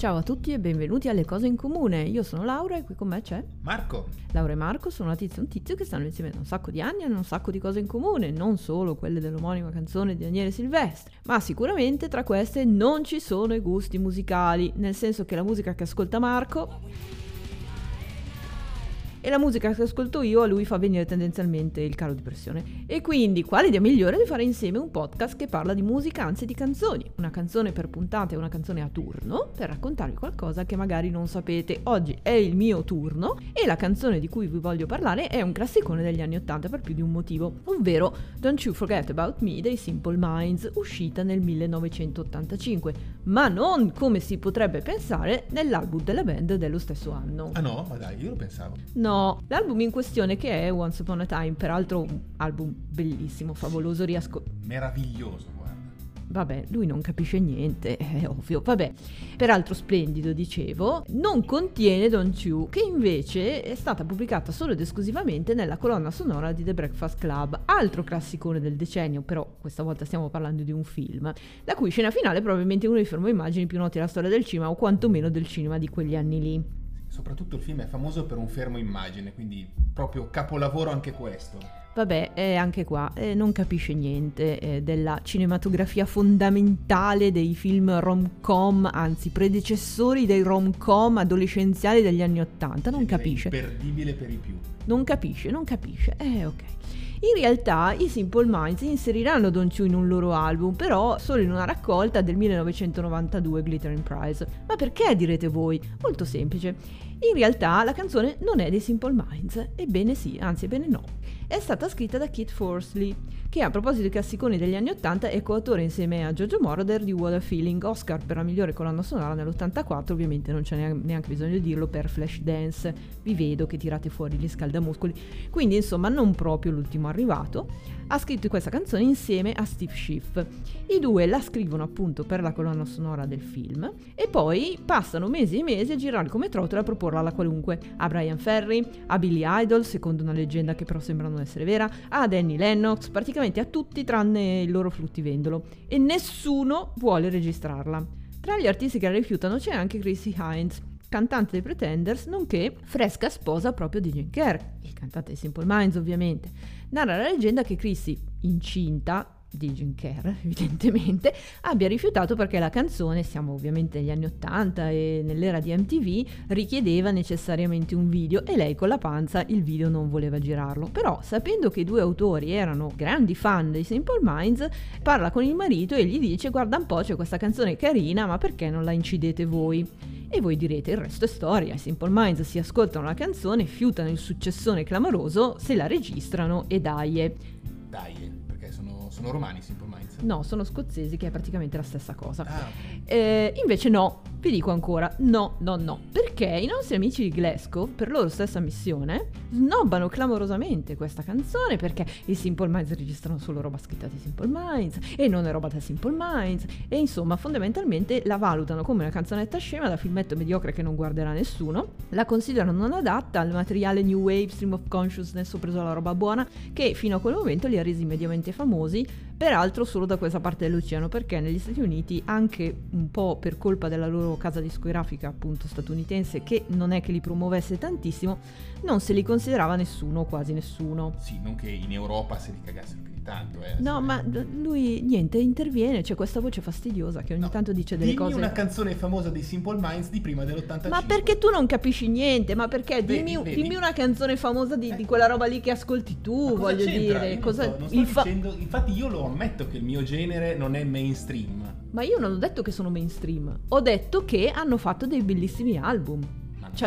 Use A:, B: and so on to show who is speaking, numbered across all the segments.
A: Ciao a tutti e benvenuti alle Cose in Comune. Io sono Laura e qui con me c'è
B: Marco.
A: Laura e Marco sono una tizia e un tizio che stanno insieme da un sacco di anni e hanno un sacco di cose in comune, non solo quelle dell'omonima canzone di Daniele Silvestri, ma sicuramente tra queste non ci sono i gusti musicali, nel senso che la musica che ascolta Marco e la musica che ascolto io a lui fa venire tendenzialmente il calo di pressione. E quindi quale idea migliore di fare insieme un podcast che parla di musica, anzi di canzoni. Una canzone per puntate e una canzone a turno, per raccontarvi qualcosa che magari non sapete. Oggi è il mio turno e la canzone di cui vi voglio parlare è un classicone degli anni '80 per più di un motivo, ovvero Don't You Forget About Me dei Simple Minds, uscita nel 1985, ma non, come si potrebbe pensare, nell'album della band dello stesso anno.
B: Ah no? Ma dai, io lo pensavo.
A: No, l'album in questione, che è Once Upon a Time, peraltro un album bellissimo, favoloso,
B: Meraviglioso, guarda.
A: Vabbè, lui non capisce niente, è ovvio, vabbè. Peraltro splendido, dicevo, non contiene Don't You, che invece è stata pubblicata solo ed esclusivamente nella colonna sonora di The Breakfast Club, altro classicone del decennio, però questa volta stiamo parlando di un film, la cui scena finale è probabilmente uno dei fermoimmagini più noti della storia del cinema, o quantomeno del cinema di quegli anni lì.
B: Soprattutto il film è famoso per un fermo immagine, quindi proprio capolavoro anche questo.
A: Vabbè, anche qua non capisce niente della cinematografia fondamentale dei film rom-com, anzi predecessori dei rom-com adolescenziali degli anni '80, non capisce.
B: Imperdibile per i più.
A: Non capisce, ok. In realtà i Simple Minds inseriranno Don't You in un loro album, però solo in una raccolta del 1992, Glittering Prize. Ma perché, direte voi? Molto semplice. In realtà la canzone non è dei Simple Minds, ebbene sì, anzi ebbene no. È stata scritta da Kit Forsley, che a proposito di classiconi degli anni '80 è coautore insieme a Giorgio Moroder di What a Feeling, Oscar per la migliore colonna sonora nell'84, ovviamente non c'è neanche bisogno di dirlo, per Flashdance. Vi vedo che tirate fuori gli scaldamuscoli. Quindi insomma non proprio l'ultimo arrivato. Ha scritto questa canzone insieme a Steve Schiff. I due la scrivono appunto per la colonna sonora del film e poi passano mesi e mesi a girare come trotole a proporla alla qualunque, a Brian Ferry, a Billy Idol, secondo una leggenda che però sembra non essere vera, a Annie Lennox, praticamente a tutti tranne il loro fruttivendolo, e nessuno vuole registrarla. Tra gli artisti che la rifiutano c'è anche Chrissie Hynde, cantante dei Pretenders, nonché fresca sposa proprio di Jane Kerr, il cantante dei Simple Minds ovviamente. Narra la leggenda che Chrissie, incinta di Jane Kerr evidentemente, abbia rifiutato perché la canzone, siamo ovviamente negli anni '80 e nell'era di MTV, richiedeva necessariamente un video e lei con la panza il video non voleva girarlo. Però sapendo che i due autori erano grandi fan dei Simple Minds, parla con il marito e gli dice: guarda un po', c'è questa canzone carina, ma perché non la incidete voi? E voi direte, il resto è storia, i Simple Minds si ascoltano la canzone, fiutano il successone clamoroso, se la registrano e dai,
B: perché sono romani i Simple Minds?
A: No, sono scozzesi, che è praticamente la stessa cosa.
B: Okay.
A: Invece no, vi dico ancora, no, perché i nostri amici di Glasgow, per loro stessa missione, snobbano clamorosamente questa canzone perché i Simple Minds registrano solo roba scritta dai Simple Minds e non è roba da Simple Minds, e insomma fondamentalmente la valutano come una canzonetta scema da filmetto mediocre che non guarderà nessuno, la considerano non adatta al materiale New Wave, Stream of Consciousness, ho preso la roba buona, che fino a quel momento li ha resi mediamente famosi, peraltro solo da questa parte dell'oceano, perché negli Stati Uniti, anche un po' per colpa della loro casa discografica appunto statunitense, che non è che li promuovesse tantissimo, non se li considerava nessuno, quasi nessuno.
B: Sì, non che in Europa se li cagassero più di tanto.
A: No, ma lui niente, interviene, c'è questa voce fastidiosa che ogni tanto dice delle cose.
B: Dimmi una canzone famosa dei Simple Minds di prima dell'85.
A: Ma perché tu non capisci niente? Ma perché? Dimmi una canzone famosa di quella roba lì che ascolti tu, voglio dire.
B: Non sto dicendo, infatti io lo ammetto che il mio genere non è mainstream.
A: Ma io non ho detto che sono mainstream, ho detto che hanno fatto dei bellissimi album. Cioè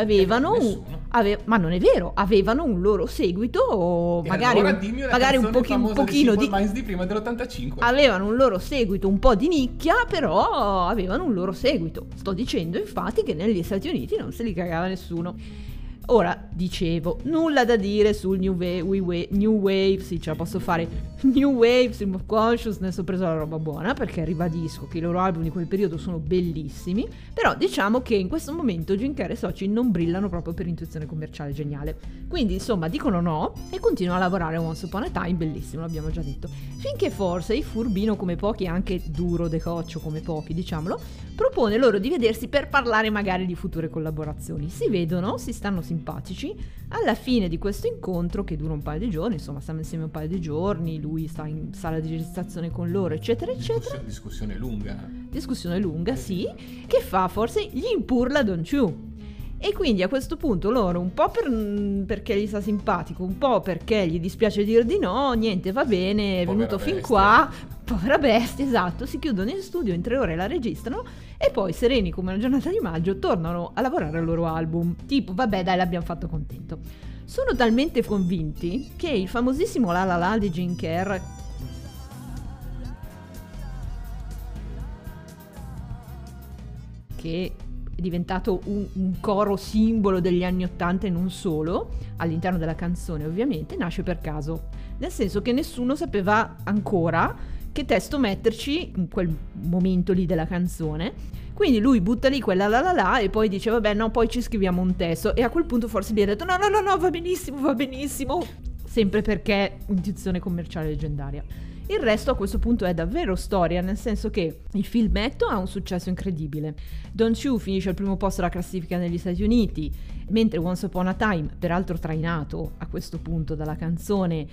A: ma non è vero, avevano un loro seguito, o magari,
B: allora
A: magari un pochino
B: di Minds di prima dell'85.
A: Avevano un loro seguito un po' di nicchia, però avevano un loro seguito. Sto dicendo infatti che negli Stati Uniti non se li cagava nessuno. Ora, dicevo, nulla da dire sul New Wave, sì, ce la posso fare, New Wave, Stream of Consciousness, ho preso la roba buona, perché ribadisco che i loro album di quel periodo sono bellissimi, però diciamo che in questo momento Jim Carrey e Soci non brillano proprio per intuizione commerciale geniale. Quindi, insomma, dicono no e continuano a lavorare a Once Upon a Time, bellissimo, l'abbiamo già detto. Finché forse il furbino come pochi, anche duro de coccio come pochi, diciamolo, propone loro di vedersi per parlare magari di future collaborazioni. Si vedono, si stanno simpatici, alla fine di questo incontro che dura un paio di giorni, insomma stanno insieme un paio di giorni, lui sta in sala di registrazione con loro, eccetera eccetera.
B: Discussione lunga,
A: sì, che fa? Forse gli impurla Don Chu. E quindi a questo punto loro, un po' perché gli sta simpatico, un po' perché gli dispiace dir di no, niente, va bene, è venuto fin qua, povera bestia, esatto, si chiudono in studio, in 3 ore la registrano e poi sereni come una giornata di maggio tornano a lavorare al loro album, tipo vabbè dai, l'abbiamo fatto contento. Sono talmente convinti che il famosissimo La La La di Jim Carrey, che è diventato un coro simbolo degli anni '80 e non solo, all'interno della canzone ovviamente, nasce per caso, nel senso che nessuno sapeva ancora che testo metterci in quel momento lì della canzone, quindi lui butta lì quella la la la e poi dice vabbè no, poi ci scriviamo un testo, e a quel punto forse vi ha detto no, va benissimo, sempre perché intuizione commerciale leggendaria. Il resto a questo punto è davvero storia, nel senso che il filmetto ha un successo incredibile. Don Chu finisce al primo posto della classifica negli Stati Uniti, mentre Once Upon a Time, peraltro trainato a questo punto dalla canzone,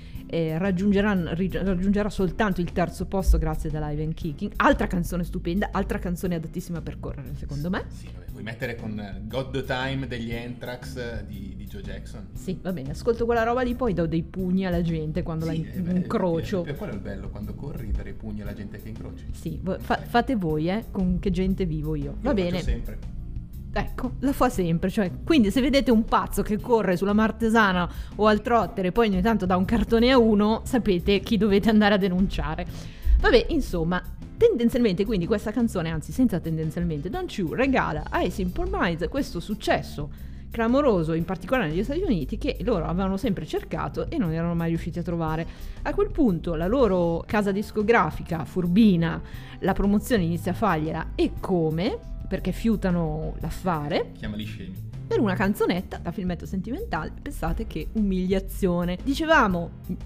A: raggiungerà soltanto il 3° posto grazie a Live and Kicking. Altra canzone stupenda, altra canzone adattissima per correre, secondo me.
B: Sì, vabbè, vuoi mettere con God the Time degli Anthrax di Joe Jackson?
A: Sì, va bene, ascolto quella roba lì, poi do dei pugni alla gente quando la incrocio.
B: E quello è il bello, quando corri dare pugni alla gente che incroci.
A: Sì, fate voi, con che gente vivo io. Va bene.
B: Lo faccio sempre.
A: Ecco, la fa sempre, cioè, quindi se vedete un pazzo che corre sulla Martesana o al Trotter e poi ogni tanto dà un cartone a uno, sapete chi dovete andare a denunciare. Vabbè, insomma, tendenzialmente quindi questa canzone, anzi senza tendenzialmente, Don Chu regala ai Simple Minds questo successo clamoroso, in particolare negli Stati Uniti, che loro avevano sempre cercato e non erano mai riusciti a trovare. A quel punto la loro casa discografica furbina la promozione inizia a fargliela, e come? Perché fiutano l'affare.
B: Chiamali scemi.
A: Per una canzonetta da filmetto sentimentale. Pensate che umiliazione. Dicevamo,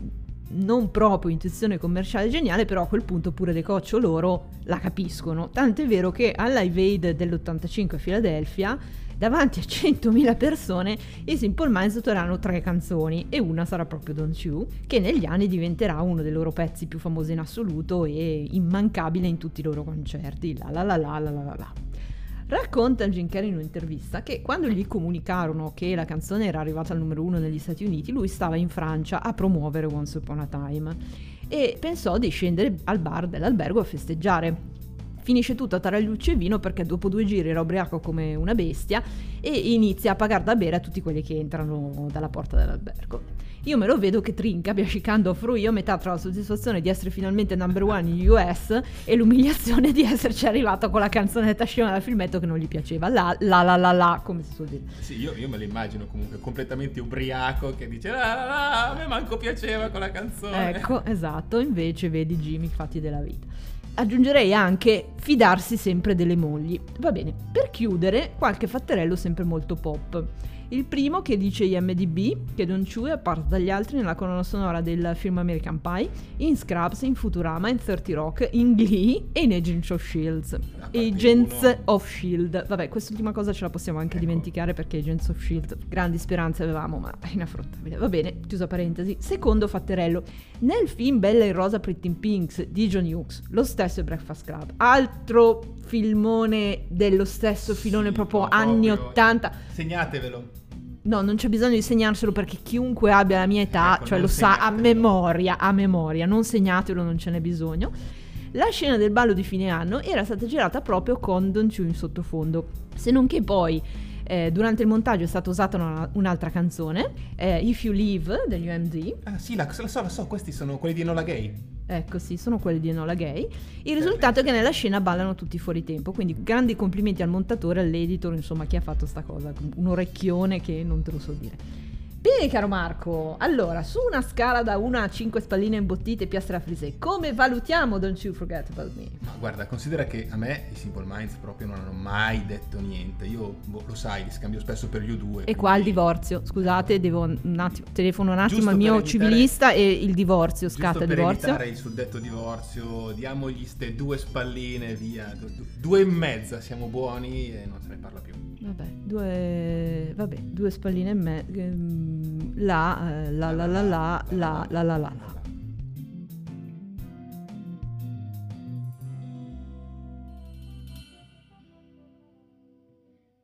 A: non proprio intuizione commerciale geniale, però a quel punto pure De Coccio loro la capiscono. Tanto è vero che al Live Aid dell'85 a Filadelfia, davanti a 100.000 persone, i Simple Minds suoneranno 3 canzoni, e una sarà proprio Don Chu, che negli anni diventerà uno dei loro pezzi più famosi in assoluto e immancabile in tutti i loro concerti. La la la la la la la. Racconta Jim Carrey in un'intervista che quando gli comunicarono che la canzone era arrivata al numero 1 negli Stati Uniti, lui stava in Francia a promuovere Once Upon a Time e pensò di scendere al bar dell'albergo a festeggiare. Finisce tutto a tarallucce e vino perché dopo 2 giri era ubriaco come una bestia e inizia a pagar da bere a tutti quelli che entrano dalla porta dell'albergo. Io me lo vedo che trinca, biascicando offro io, metà tra la soddisfazione di essere finalmente number 1 in US e l'umiliazione di esserci arrivato con la canzonetta scema dal filmetto che non gli piaceva. La, come si suol dire.
B: Sì, io me lo immagino comunque completamente ubriaco che dice a me manco piaceva quella canzone.
A: Ecco, esatto, invece vedi Jimmy, fatti della vita. Aggiungerei anche fidarsi sempre delle mogli. Va bene, per chiudere qualche fatterello sempre molto pop. Il primo, che dice IMDb, che Don Chu è apparso dagli altri nella colonna sonora del film American Pie, in Scrubs, in Futurama, in 30 Rock, in Glee e in Agents of Shield. Vabbè, quest'ultima cosa ce la possiamo anche dimenticare perché Agents of Shield grandi speranze avevamo, ma è inaffrontabile. Va bene, chiusa parentesi. Secondo fatterello, nel film Bella in Rosa Pretty in Pinks di John Hughes, lo stesso è Breakfast Club, altro filmone dello stesso filone, proprio anni 80.
B: Segnatevelo.
A: No, non c'è bisogno di segnarselo perché chiunque abbia la mia età, cioè lo sa a memoria, non segnatelo, non ce n'è bisogno. La scena del ballo di fine anno era stata girata proprio con Don Chu in sottofondo, se non che poi durante il montaggio è stata usata un'altra canzone, If You Leave degli UMD.
B: Ah sì, la so, questi sono quelli di Enola Gay.
A: Ecco, sì, sono quelli di Enola Gay. Il risultato è che nella scena ballano tutti fuori tempo, quindi grandi complimenti al montatore, all'editor, insomma, chi ha fatto sta cosa, un orecchione che non te lo so dire. Bene, caro Marco, allora, su una scala da 1 a 5 spalline imbottite e piastre a frisè, come valutiamo Don't You Forget About Me?
B: Ma guarda, considera che a me i Simple Minds proprio non hanno mai detto niente. Io, lo sai, li scambio spesso per gli U2.
A: E qua il divorzio, scusate, devo un attimo, telefono un attimo
B: Giusto
A: al mio
B: per evitare-
A: civilista e il divorzio,
B: Giusto
A: scatta il
B: per
A: divorzio.
B: evitare il suddetto divorzio, diamogli ste 2 spalline, via. 2,5, siamo buoni e non se ne parla più.
A: Vabbè, 2 spalline e mezzo. La.